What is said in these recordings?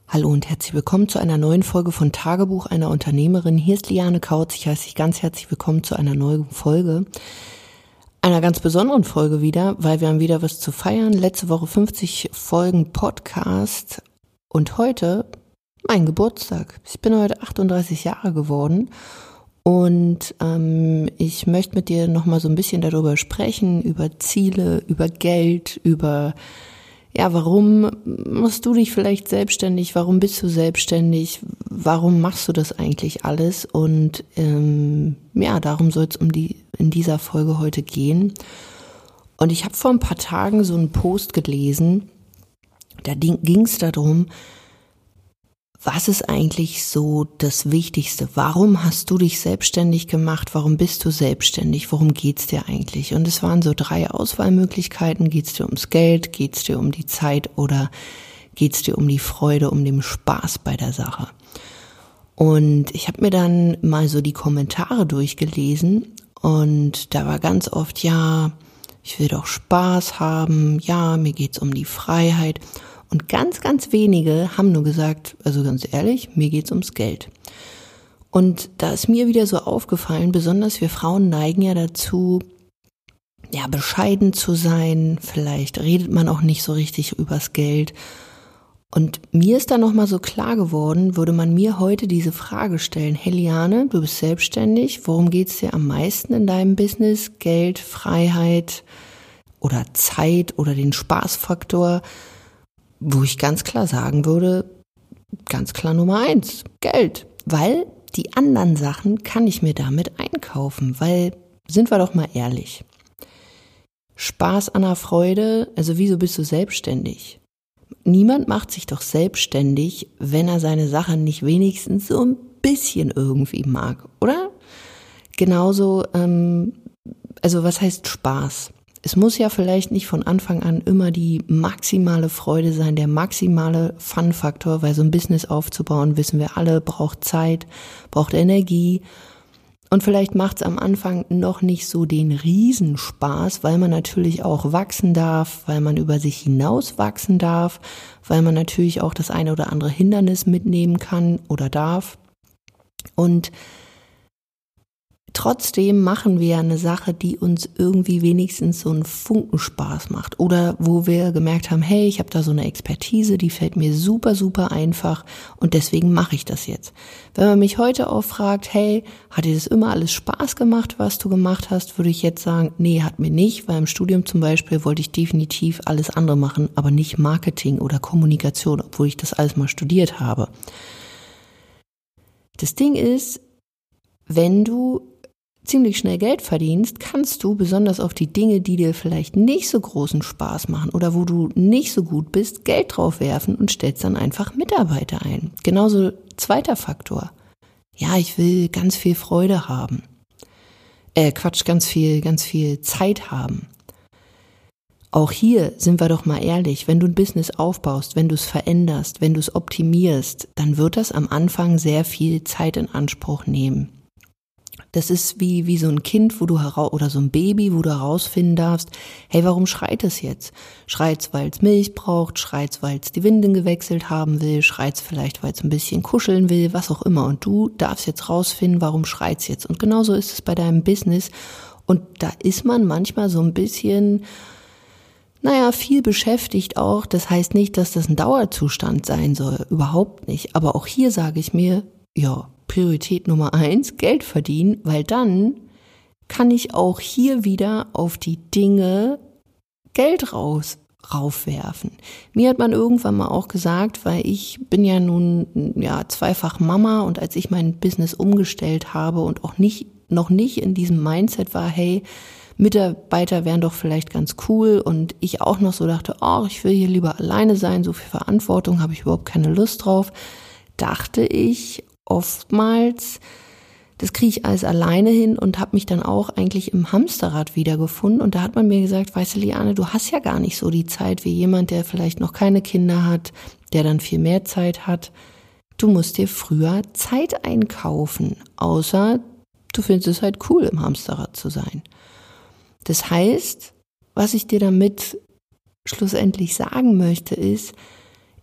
Hallo und herzlich willkommen zu einer neuen Folge von Tagebuch einer Unternehmerin. Hier ist Liane Kautz. Ich heiße dich ganz herzlich willkommen zu einer neuen Folge. Einer ganz besonderen Folge wieder, weil wir haben wieder was zu feiern. Letzte Woche 50 Folgen Podcast und heute mein Geburtstag. Ich bin heute 38 Jahre geworden und ich möchte mit dir nochmal so ein bisschen darüber sprechen, über Ziele, über Geld, über warum machst du dich vielleicht selbstständig? Warum bist du selbstständig? Warum machst du das eigentlich alles? Und darum soll es in dieser Folge heute gehen. Und ich habe vor ein paar Tagen so einen Post gelesen, da ging es darum, was ist eigentlich so das Wichtigste? Warum hast du dich selbstständig gemacht? Warum bist du selbstständig? Worum geht's dir eigentlich? Und es waren so 3 Auswahlmöglichkeiten. Geht's dir ums Geld? Geht's dir um die Zeit? Oder geht's dir um die Freude, um den Spaß bei der Sache? Und ich habe mir dann mal so die Kommentare durchgelesen und da war ganz oft, ich will doch Spaß haben, mir geht's um die Freiheit. Und ganz, ganz wenige haben nur gesagt, also ganz ehrlich, mir geht's ums Geld. Und da ist mir wieder so aufgefallen, besonders wir Frauen neigen ja dazu, bescheiden zu sein. Vielleicht redet man auch nicht so richtig übers Geld. Und mir ist da nochmal so klar geworden, würde man mir heute diese Frage stellen, hey Liane, du bist selbstständig, worum geht's dir am meisten in deinem Business? Geld, Freiheit oder Zeit oder den Spaßfaktor? Wo ich ganz klar sagen würde, ganz klar Nummer 1, Geld. Weil die anderen Sachen kann ich mir damit einkaufen. Weil, sind wir doch mal ehrlich, Spaß an der Freude, also wieso bist du selbstständig? Niemand macht sich doch selbstständig, wenn er seine Sache nicht wenigstens so ein bisschen irgendwie mag, oder? Genauso, was heißt Spaß? Es muss ja vielleicht nicht von Anfang an immer die maximale Freude sein, der maximale Fun-Faktor, weil so ein Business aufzubauen, wissen wir alle, braucht Zeit, braucht Energie. Und vielleicht macht es am Anfang noch nicht so den Riesenspaß, weil man natürlich auch wachsen darf, weil man über sich hinaus wachsen darf, weil man natürlich auch das eine oder andere Hindernis mitnehmen kann oder darf. Und trotzdem machen wir eine Sache, die uns irgendwie wenigstens so einen Funken Spaß macht. Oder wo wir gemerkt haben, hey, ich habe da so eine Expertise, die fällt mir super, super einfach und deswegen mache ich das jetzt. Wenn man mich heute auch fragt, hey, hat dir das immer alles Spaß gemacht, was du gemacht hast, würde ich jetzt sagen, nee, hat mir nicht, weil im Studium zum Beispiel wollte ich definitiv alles andere machen, aber nicht Marketing oder Kommunikation, obwohl ich das alles mal studiert habe. Das Ding ist, wenn du ziemlich schnell Geld verdienst, kannst du besonders auf die Dinge, die dir vielleicht nicht so großen Spaß machen oder wo du nicht so gut bist, Geld drauf werfen und stellst dann einfach Mitarbeiter ein. Genauso zweiter Faktor. Ich will ganz viel Freude haben. Ganz viel Zeit haben. Auch hier sind wir doch mal ehrlich, wenn du ein Business aufbaust, wenn du es veränderst, wenn du es optimierst, dann wird das am Anfang sehr viel Zeit in Anspruch nehmen. Das ist wie so ein Kind, oder so ein Baby, wo du herausfinden darfst, hey, warum schreit es jetzt? Schreit es, weil es Milch braucht? Schreit es, weil es die Windeln gewechselt haben will? Schreit es vielleicht, weil es ein bisschen kuscheln will? Was auch immer. Und du darfst jetzt rausfinden, warum schreit es jetzt? Und genauso ist es bei deinem Business. Und da ist man manchmal so ein bisschen, viel beschäftigt auch. Das heißt nicht, dass das ein Dauerzustand sein soll. Überhaupt nicht. Aber auch hier sage ich mir, Priorität Nummer 1, Geld verdienen, weil dann kann ich auch hier wieder auf die Dinge Geld raufwerfen. Mir hat man irgendwann mal auch gesagt, weil ich bin ja nun zweifach Mama und als ich mein Business umgestellt habe und auch noch nicht in diesem Mindset war, hey, Mitarbeiter wären doch vielleicht ganz cool und ich auch noch so dachte, ich will hier lieber alleine sein, so viel Verantwortung habe ich überhaupt keine Lust drauf, dachte ich oftmals, das kriege ich alles alleine hin und habe mich dann auch eigentlich im Hamsterrad wiedergefunden. Und da hat man mir gesagt, weißt du, Liane, du hast ja gar nicht so die Zeit wie jemand, der vielleicht noch keine Kinder hat, der dann viel mehr Zeit hat. Du musst dir früher Zeit einkaufen, außer du findest es halt cool, im Hamsterrad zu sein. Das heißt, was ich dir damit schlussendlich sagen möchte, ist,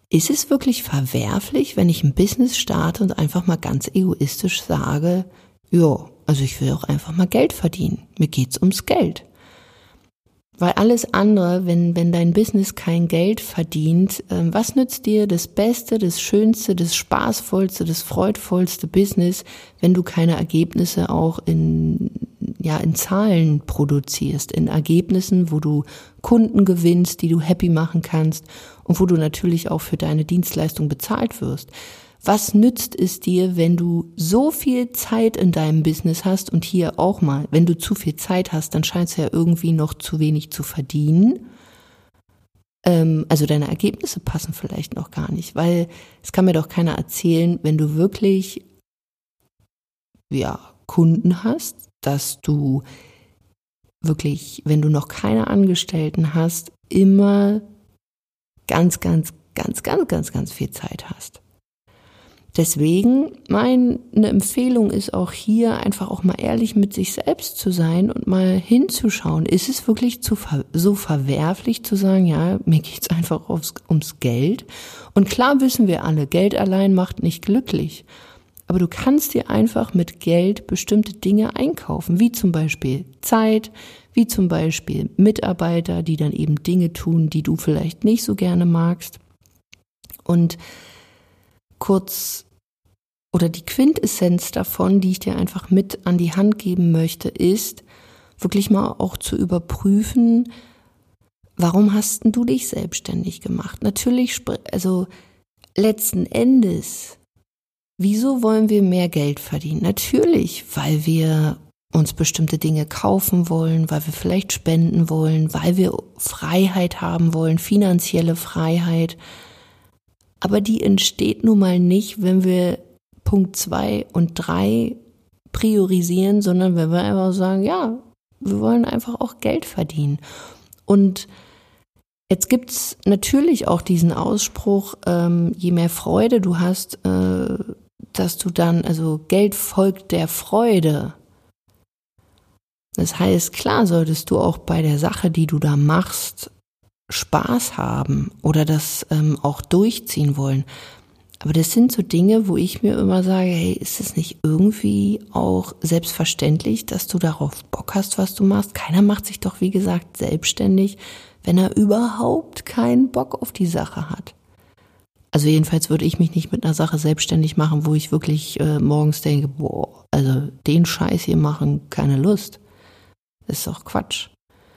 ist es wirklich verwerflich, wenn ich ein Business starte und einfach mal ganz egoistisch sage, ja, also ich will auch einfach mal Geld verdienen. Mir geht's ums Geld. Weil alles andere, wenn dein Business kein Geld verdient, was nützt dir das Beste, das Schönste, das Spaßvollste, das Freudvollste Business, wenn du keine Ergebnisse auch in Zahlen produzierst, in Ergebnissen, wo du Kunden gewinnst, die du happy machen kannst und wo du natürlich auch für deine Dienstleistung bezahlt wirst. Was nützt es dir, wenn du so viel Zeit in deinem Business hast und hier auch mal, wenn du zu viel Zeit hast, dann scheinst du ja irgendwie noch zu wenig zu verdienen. Also deine Ergebnisse passen vielleicht noch gar nicht, weil es kann mir doch keiner erzählen, wenn du wirklich Kunden hast, dass du wirklich, wenn du noch keine Angestellten hast, immer ganz viel Zeit hast. Deswegen meine Empfehlung ist auch hier, einfach auch mal ehrlich mit sich selbst zu sein und mal hinzuschauen. Ist es wirklich so verwerflich zu sagen, ja, mir geht's einfach ums Geld? Und klar wissen wir alle, Geld allein macht nicht glücklich. Aber du kannst dir einfach mit Geld bestimmte Dinge einkaufen, wie zum Beispiel Zeit, wie zum Beispiel Mitarbeiter, die dann eben Dinge tun, die du vielleicht nicht so gerne magst. Und die Quintessenz davon, die ich dir einfach mit an die Hand geben möchte, ist, wirklich mal auch zu überprüfen, warum hast denn du dich selbstständig gemacht? Natürlich, also letzten Endes, wieso wollen wir mehr Geld verdienen? Natürlich, weil wir uns bestimmte Dinge kaufen wollen, weil wir vielleicht spenden wollen, weil wir Freiheit haben wollen, finanzielle Freiheit. Aber die entsteht nun mal nicht, wenn wir Punkt 2 und 3 priorisieren, sondern wenn wir einfach sagen, ja, wir wollen einfach auch Geld verdienen. Und jetzt gibt's natürlich auch diesen Ausspruch, je mehr Freude du hast, dass du dann, also Geld folgt der Freude. Das heißt, klar solltest du auch bei der Sache, die du da machst, Spaß haben oder das auch durchziehen wollen. Aber das sind so Dinge, wo ich mir immer sage, hey, ist es nicht irgendwie auch selbstverständlich, dass du darauf Bock hast, was du machst? Keiner macht sich doch, wie gesagt, selbstständig, wenn er überhaupt keinen Bock auf die Sache hat. Also jedenfalls würde ich mich nicht mit einer Sache selbstständig machen, wo ich wirklich morgens denke, boah, also den Scheiß hier machen, keine Lust. Das ist doch Quatsch.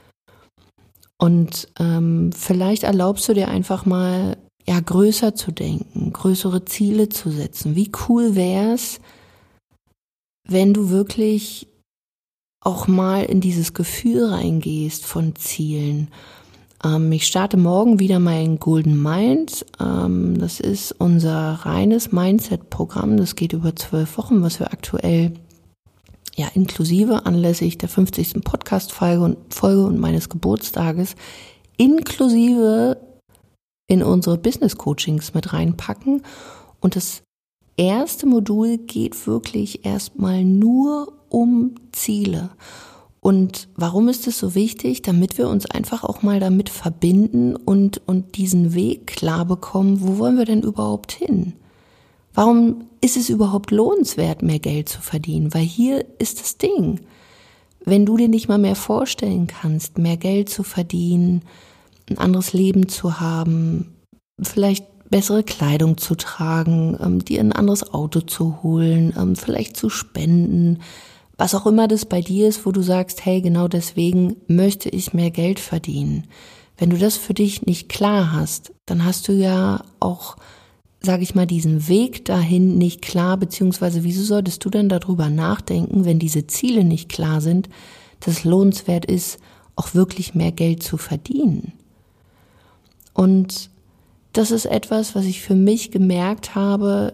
Und vielleicht erlaubst du dir einfach mal, größer zu denken, größere Ziele zu setzen. Wie cool wär's, wenn du wirklich auch mal in dieses Gefühl reingehst von Zielen. Ich starte morgen wieder mein Golden Mind. Das ist unser reines Mindset-Programm. Das geht über 12 Wochen, was wir aktuell inklusive anlässlich der 50. Podcast-Folge und meines Geburtstages inklusive in unsere Business-Coachings mit reinpacken. Und das erste Modul geht wirklich erstmal nur um Ziele. Und warum ist es so wichtig? Damit wir uns einfach auch mal damit verbinden und diesen Weg klar bekommen, wo wollen wir denn überhaupt hin? Warum ist es überhaupt lohnenswert, mehr Geld zu verdienen? Weil hier ist das Ding. Wenn du dir nicht mal mehr vorstellen kannst, mehr Geld zu verdienen, ein anderes Leben zu haben, vielleicht bessere Kleidung zu tragen, dir ein anderes Auto zu holen, vielleicht zu spenden, was auch immer das bei dir ist, wo du sagst, hey, genau deswegen möchte ich mehr Geld verdienen. Wenn du das für dich nicht klar hast, dann hast du ja auch, sage ich mal, diesen Weg dahin nicht klar, beziehungsweise wieso solltest du denn darüber nachdenken, wenn diese Ziele nicht klar sind, dass es lohnenswert ist, auch wirklich mehr Geld zu verdienen. Und das ist etwas, was ich für mich gemerkt habe,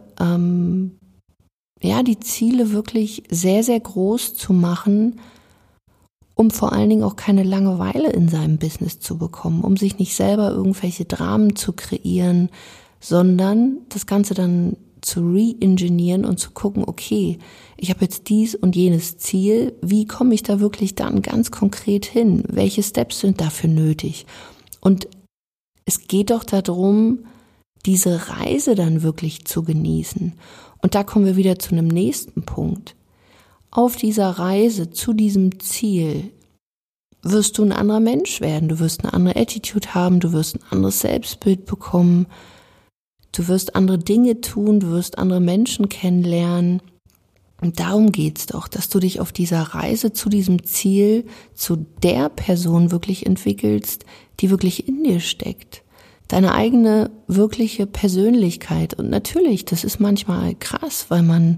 die Ziele wirklich sehr, sehr groß zu machen, um vor allen Dingen auch keine Langeweile in seinem Business zu bekommen, um sich nicht selber irgendwelche Dramen zu kreieren, sondern das Ganze dann zu re-engineeren und zu gucken, okay, ich habe jetzt dies und jenes Ziel, wie komme ich da wirklich dann ganz konkret hin? Welche Steps sind dafür nötig? Und es geht doch darum, diese Reise dann wirklich zu genießen. Und da kommen wir wieder zu einem nächsten Punkt. Auf dieser Reise zu diesem Ziel wirst du ein anderer Mensch werden, du wirst eine andere Attitude haben, du wirst ein anderes Selbstbild bekommen, du wirst andere Dinge tun, du wirst andere Menschen kennenlernen. Und darum geht's doch, dass du dich auf dieser Reise zu diesem Ziel, zu der Person wirklich entwickelst, die wirklich in dir steckt. Deine eigene wirkliche Persönlichkeit. Und natürlich, das ist manchmal krass, weil man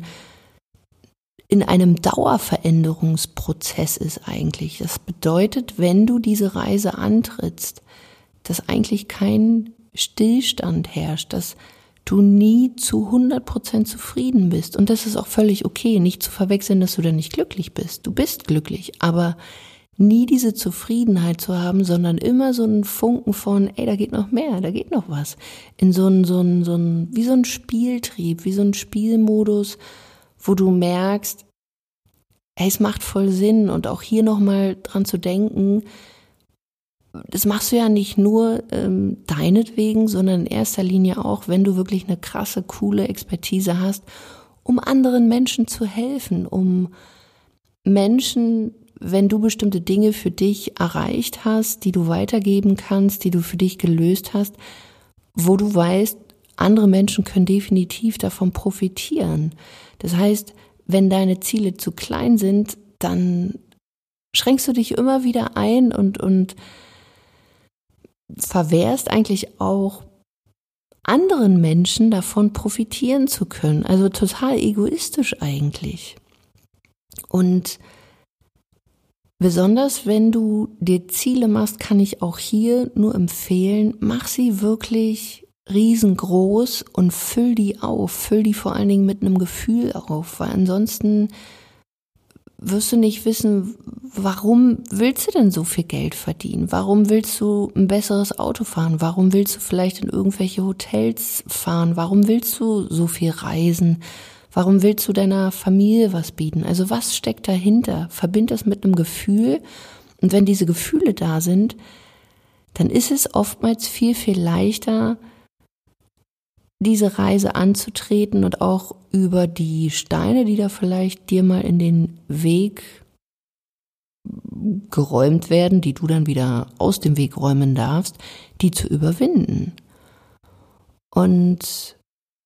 in einem Dauerveränderungsprozess ist eigentlich. Das bedeutet, wenn du diese Reise antrittst, dass eigentlich kein Stillstand herrscht, dass du nie zu 100% zufrieden bist. Und das ist auch völlig okay, nicht zu verwechseln, dass du dann nicht glücklich bist. Du bist glücklich, aber nie diese Zufriedenheit zu haben, sondern immer so einen Funken von, ey, da geht noch mehr, da geht noch was. In wie so ein Spieltrieb, wie so ein Spielmodus, wo du merkst, ey, es macht voll Sinn. Und auch hier nochmal dran zu denken, das machst du ja nicht nur deinetwegen, sondern in erster Linie auch, wenn du wirklich eine krasse, coole Expertise hast, um anderen Menschen zu helfen, um Menschen, wenn du bestimmte Dinge für dich erreicht hast, die du weitergeben kannst, die du für dich gelöst hast, wo du weißt, andere Menschen können definitiv davon profitieren. Das heißt, wenn deine Ziele zu klein sind, dann schränkst du dich immer wieder ein und verwehrst eigentlich auch anderen Menschen davon profitieren zu können. Also total egoistisch eigentlich. Und besonders wenn du dir Ziele machst, kann ich auch hier nur empfehlen, mach sie wirklich riesengroß und füll die auf. Füll die vor allen Dingen mit einem Gefühl auf, weil ansonsten wirst du nicht wissen, warum willst du denn so viel Geld verdienen? Warum willst du ein besseres Auto fahren? Warum willst du vielleicht in irgendwelche Hotels fahren? Warum willst du so viel reisen? Warum willst du deiner Familie was bieten? Also was steckt dahinter? Verbind das mit einem Gefühl. Und wenn diese Gefühle da sind, dann ist es oftmals viel, viel leichter, diese Reise anzutreten und auch über die Steine, die da vielleicht dir mal in den Weg geräumt werden, die du dann wieder aus dem Weg räumen darfst, die zu überwinden. Und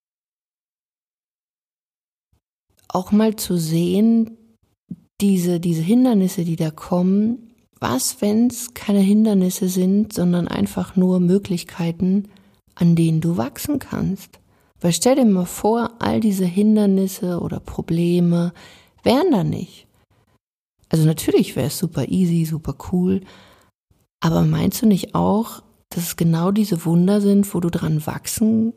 auch mal zu sehen, diese Hindernisse, die da kommen, was, wenn es keine Hindernisse sind, sondern einfach nur Möglichkeiten, an denen du wachsen kannst. Weil stell dir mal vor, all diese Hindernisse oder Probleme wären da nicht. Also natürlich wäre es super easy, super cool, aber meinst du nicht auch, dass es genau diese Wunder sind, wo du dran wachsen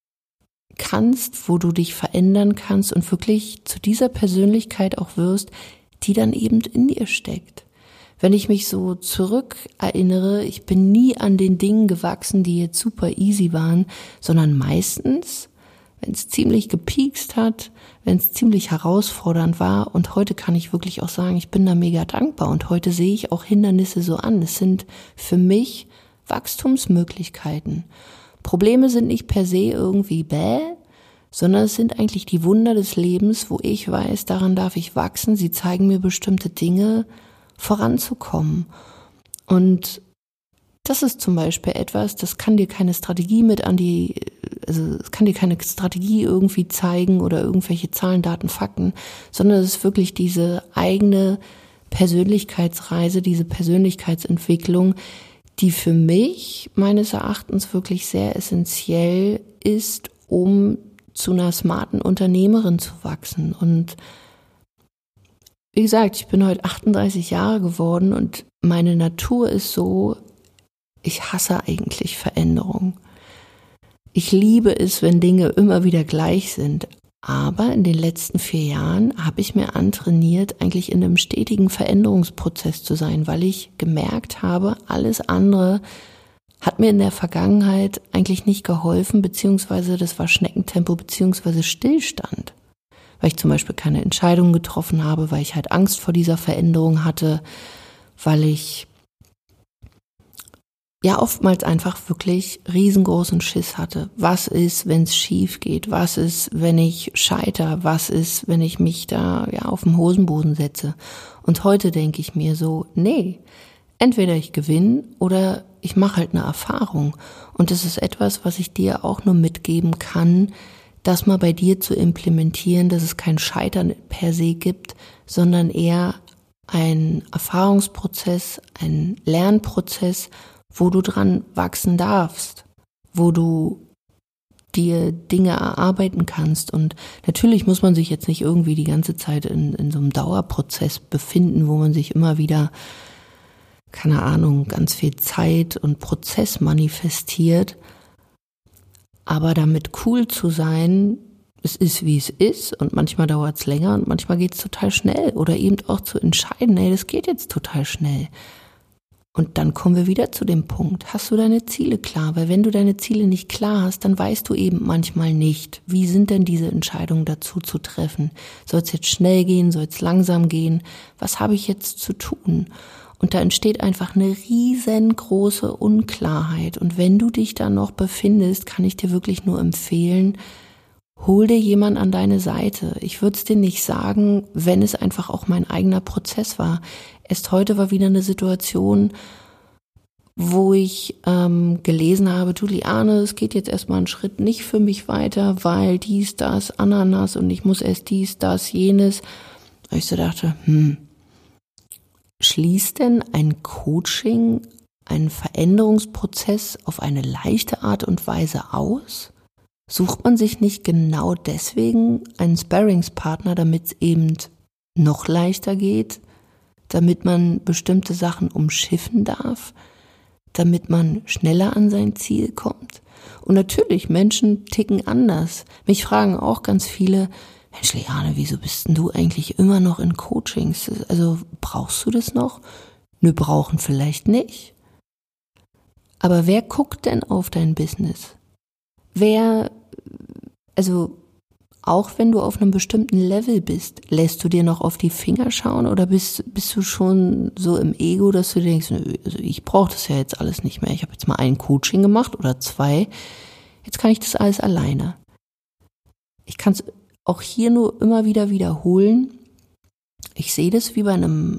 kannst, wo du dich verändern kannst und wirklich zu dieser Persönlichkeit auch wirst, die dann eben in dir steckt? Wenn ich mich so zurück erinnere, ich bin nie an den Dingen gewachsen, die jetzt super easy waren, sondern meistens, wenn es ziemlich gepiekst hat, wenn es ziemlich herausfordernd war. Und heute kann ich wirklich auch sagen, ich bin da mega dankbar. Und heute sehe ich auch Hindernisse so an. Es sind für mich Wachstumsmöglichkeiten. Probleme sind nicht per se irgendwie sondern es sind eigentlich die Wunder des Lebens, wo ich weiß, daran darf ich wachsen. Sie zeigen mir bestimmte Dinge, voranzukommen. Und das ist zum Beispiel etwas, das kann dir keine Strategie es kann dir keine Strategie irgendwie zeigen oder irgendwelche Zahlen, Daten, Fakten, sondern es ist wirklich diese eigene Persönlichkeitsreise, diese Persönlichkeitsentwicklung, die für mich meines Erachtens wirklich sehr essentiell ist, um zu einer smarten Unternehmerin zu wachsen. Und wie gesagt, ich bin heute 38 Jahre geworden und meine Natur ist so, ich hasse eigentlich Veränderung. Ich liebe es, wenn Dinge immer wieder gleich sind. Aber in den letzten 4 Jahren habe ich mir antrainiert, eigentlich in einem stetigen Veränderungsprozess zu sein, weil ich gemerkt habe, alles andere hat mir in der Vergangenheit eigentlich nicht geholfen, beziehungsweise das war Schneckentempo, beziehungsweise Stillstand. Weil ich zum Beispiel keine Entscheidungen getroffen habe, weil ich halt Angst vor dieser Veränderung hatte, weil ich ja oftmals einfach wirklich riesengroßen Schiss hatte. Was ist, wenn es schief geht? Was ist, wenn ich scheiter? Was ist, wenn ich mich da auf den Hosenboden setze? Und heute denke ich mir so, nee, entweder ich gewinne oder ich mache halt eine Erfahrung. Und das ist etwas, was ich dir auch nur mitgeben kann, das mal bei dir zu implementieren, dass es kein Scheitern per se gibt, sondern eher ein Erfahrungsprozess, ein Lernprozess, wo du dran wachsen darfst, wo du dir Dinge erarbeiten kannst. Und natürlich muss man sich jetzt nicht irgendwie die ganze Zeit in so einem Dauerprozess befinden, wo man sich immer wieder, keine Ahnung, ganz viel Zeit und Prozess manifestiert. Aber damit cool zu sein, es ist, wie es ist, und manchmal dauert es länger und manchmal geht es total schnell. Oder eben auch zu entscheiden, hey, das geht jetzt total schnell. Und dann kommen wir wieder zu dem Punkt, hast du deine Ziele klar? Weil wenn du deine Ziele nicht klar hast, dann weißt du eben manchmal nicht, wie sind denn diese Entscheidungen dazu zu treffen? Soll es jetzt schnell gehen, soll es langsam gehen? Was habe ich jetzt zu tun? Und da entsteht einfach eine riesengroße Unklarheit. Und wenn du dich da noch befindest, kann ich dir wirklich nur empfehlen, hol dir jemand an deine Seite. Ich würde es dir nicht sagen, wenn es einfach auch mein eigener Prozess war. Erst heute war wieder eine Situation, wo ich gelesen habe, du Liane, es geht jetzt erstmal einen Schritt nicht für mich weiter, weil dies, das, Ananas und ich muss erst dies, das, jenes. Und ich so dachte, schließt denn ein Coaching, einen Veränderungsprozess auf eine leichte Art und Weise aus? Sucht man sich nicht genau deswegen einen Sparringspartner, damit es eben noch leichter geht, damit man bestimmte Sachen umschiffen darf, damit man schneller an sein Ziel kommt? Und natürlich, Menschen ticken anders. Mich fragen auch ganz viele, Mensch, Liane, wieso bist denn du eigentlich immer noch in Coachings? Also brauchst du das noch? Nö, brauchen vielleicht nicht. Aber wer guckt denn auf dein Business? Also auch wenn du auf einem bestimmten Level bist, lässt du dir noch auf die Finger schauen oder bist du schon so im Ego, dass du denkst, also ich brauche das ja jetzt alles nicht mehr. Ich habe jetzt mal ein Coaching gemacht oder 2, jetzt kann ich das alles alleine. Ich kann es auch hier nur immer wieder wiederholen. Ich sehe das wie bei einem,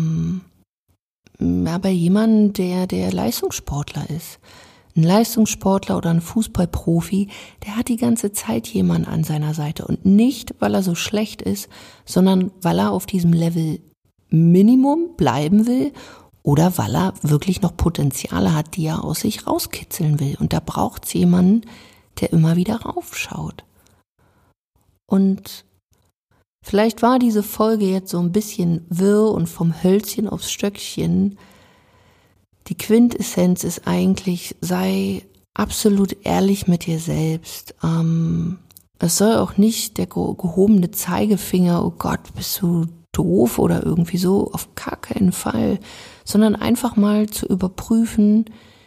bei jemandem, der Leistungssportler ist. Ein Leistungssportler oder ein Fußballprofi, der hat die ganze Zeit jemanden an seiner Seite. Und nicht, weil er so schlecht ist, sondern weil er auf diesem Level Minimum bleiben will oder weil er wirklich noch Potenziale hat, die er aus sich rauskitzeln will. Und da braucht es jemanden, der immer wieder raufschaut. Und vielleicht war diese Folge jetzt so ein bisschen wirr und vom Hölzchen aufs Stöckchen. Die Quintessenz ist eigentlich, sei absolut ehrlich mit dir selbst. Es soll auch nicht der gehobene Zeigefinger, oh Gott, bist du doof oder irgendwie so, auf gar keinen Fall, sondern einfach mal zu überprüfen,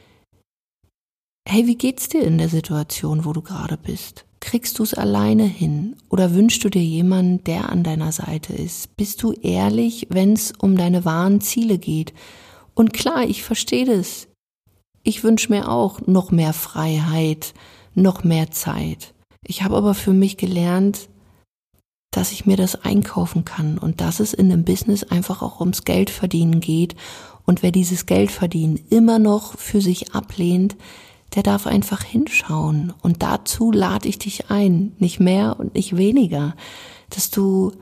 hey, wie geht's dir in der Situation, wo du gerade bist? Kriegst du es alleine hin oder wünschst du dir jemanden, der an deiner Seite ist? Bist du ehrlich, wenn es um deine wahren Ziele geht? Und klar, ich verstehe das. Ich wünsche mir auch noch mehr Freiheit, noch mehr Zeit. Ich habe aber für mich gelernt, dass ich mir das einkaufen kann und dass es in einem Business einfach auch ums Geldverdienen geht. Und wer dieses Geldverdienen immer noch für sich ablehnt, der darf einfach hinschauen. Und dazu lade ich dich ein, nicht mehr und nicht weniger, dass du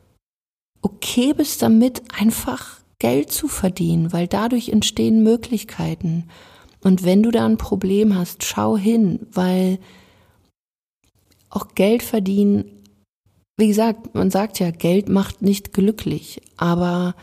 okay bist damit, einfach Geld zu verdienen, weil dadurch entstehen Möglichkeiten. Und wenn du da ein Problem hast, schau hin, weil auch Geld verdienen, wie gesagt, man sagt ja, Geld macht nicht glücklich, aber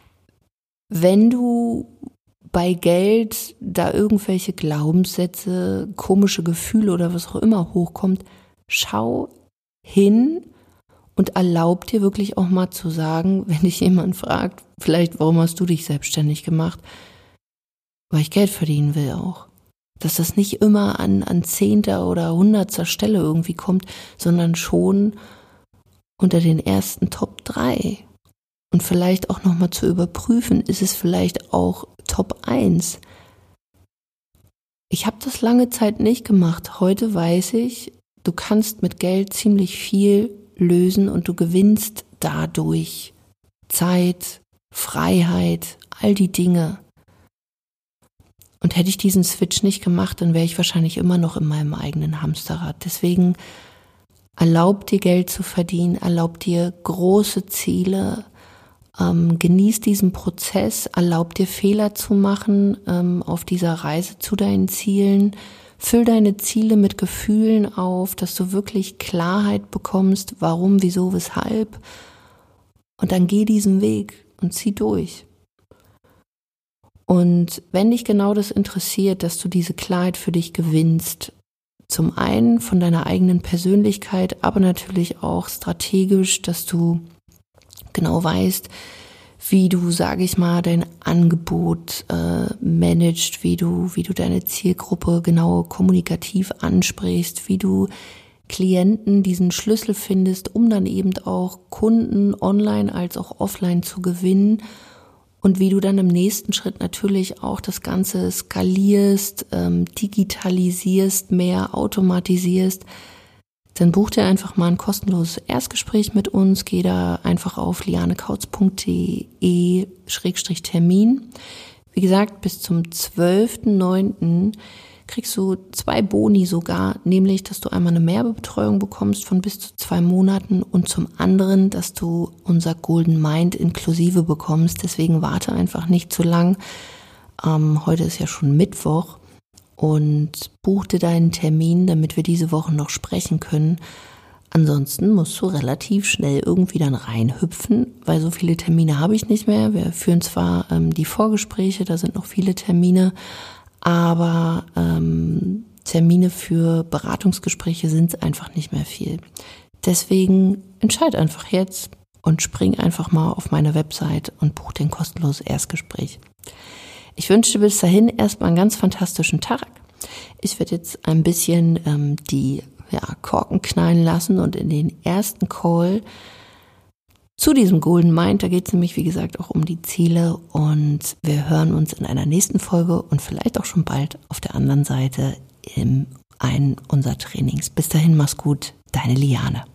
wenn du bei Geld da irgendwelche Glaubenssätze, komische Gefühle oder was auch immer hochkommt, schau hin und erlaub dir wirklich auch mal zu sagen, wenn dich jemand fragt, vielleicht, warum hast du dich selbstständig gemacht? Weil ich Geld verdienen will auch. Dass das nicht immer an 10. oder 100. Stelle irgendwie kommt, sondern schon unter den ersten Top 3. Und vielleicht auch nochmal zu überprüfen, ist es vielleicht auch Top 1. Ich habe das lange Zeit nicht gemacht. Heute weiß ich, du kannst mit Geld ziemlich viel lösen und du gewinnst dadurch Zeit, Freiheit, all die Dinge. Und hätte ich diesen Switch nicht gemacht, dann wäre ich wahrscheinlich immer noch in meinem eigenen Hamsterrad. Deswegen erlaub dir Geld zu verdienen, erlaub dir große Ziele, genieß diesen Prozess, erlaub dir Fehler zu machen auf dieser Reise zu deinen Zielen. Füll deine Ziele mit Gefühlen auf, dass du wirklich Klarheit bekommst, warum, wieso, weshalb. Und dann geh diesen Weg und zieh durch. Und wenn dich genau das interessiert, dass du diese Klarheit für dich gewinnst, zum einen von deiner eigenen Persönlichkeit, aber natürlich auch strategisch, dass du genau weißt, wie du, sage ich mal, dein Angebot managst, wie du deine Zielgruppe genau kommunikativ ansprichst, wie du Klienten diesen Schlüssel findest, um dann eben auch Kunden online als auch offline zu gewinnen und wie du dann im nächsten Schritt natürlich auch das Ganze skalierst, digitalisierst, mehr automatisierst. Dann buch dir einfach mal ein kostenloses Erstgespräch mit uns. Geh da einfach auf lianekautz.de/Termin. Wie gesagt, bis zum 12.09. kriegst du 2 Boni sogar, nämlich, dass du einmal eine Mehrbetreuung bekommst von bis zu 2 Monaten und zum anderen, dass du unser Golden Mind inklusive bekommst. Deswegen warte einfach nicht zu lang. Heute ist ja schon Mittwoch. Und buch dir deinen Termin, damit wir diese Woche noch sprechen können. Ansonsten musst du relativ schnell irgendwie dann reinhüpfen, weil so viele Termine habe ich nicht mehr. Wir führen zwar die Vorgespräche, da sind noch viele Termine, aber Termine für Beratungsgespräche sind es einfach nicht mehr viel. Deswegen entscheid einfach jetzt und spring einfach mal auf meine Website und buch den kostenloses Erstgespräch. Ich wünsche dir bis dahin erstmal einen ganz fantastischen Tag. Ich werde jetzt ein bisschen die Korken knallen lassen und in den ersten Call zu diesem Golden Mind, da geht es nämlich wie gesagt auch um die Ziele und wir hören uns in einer nächsten Folge und vielleicht auch schon bald auf der anderen Seite in einem unserer Trainings. Bis dahin, mach's gut, deine Liane.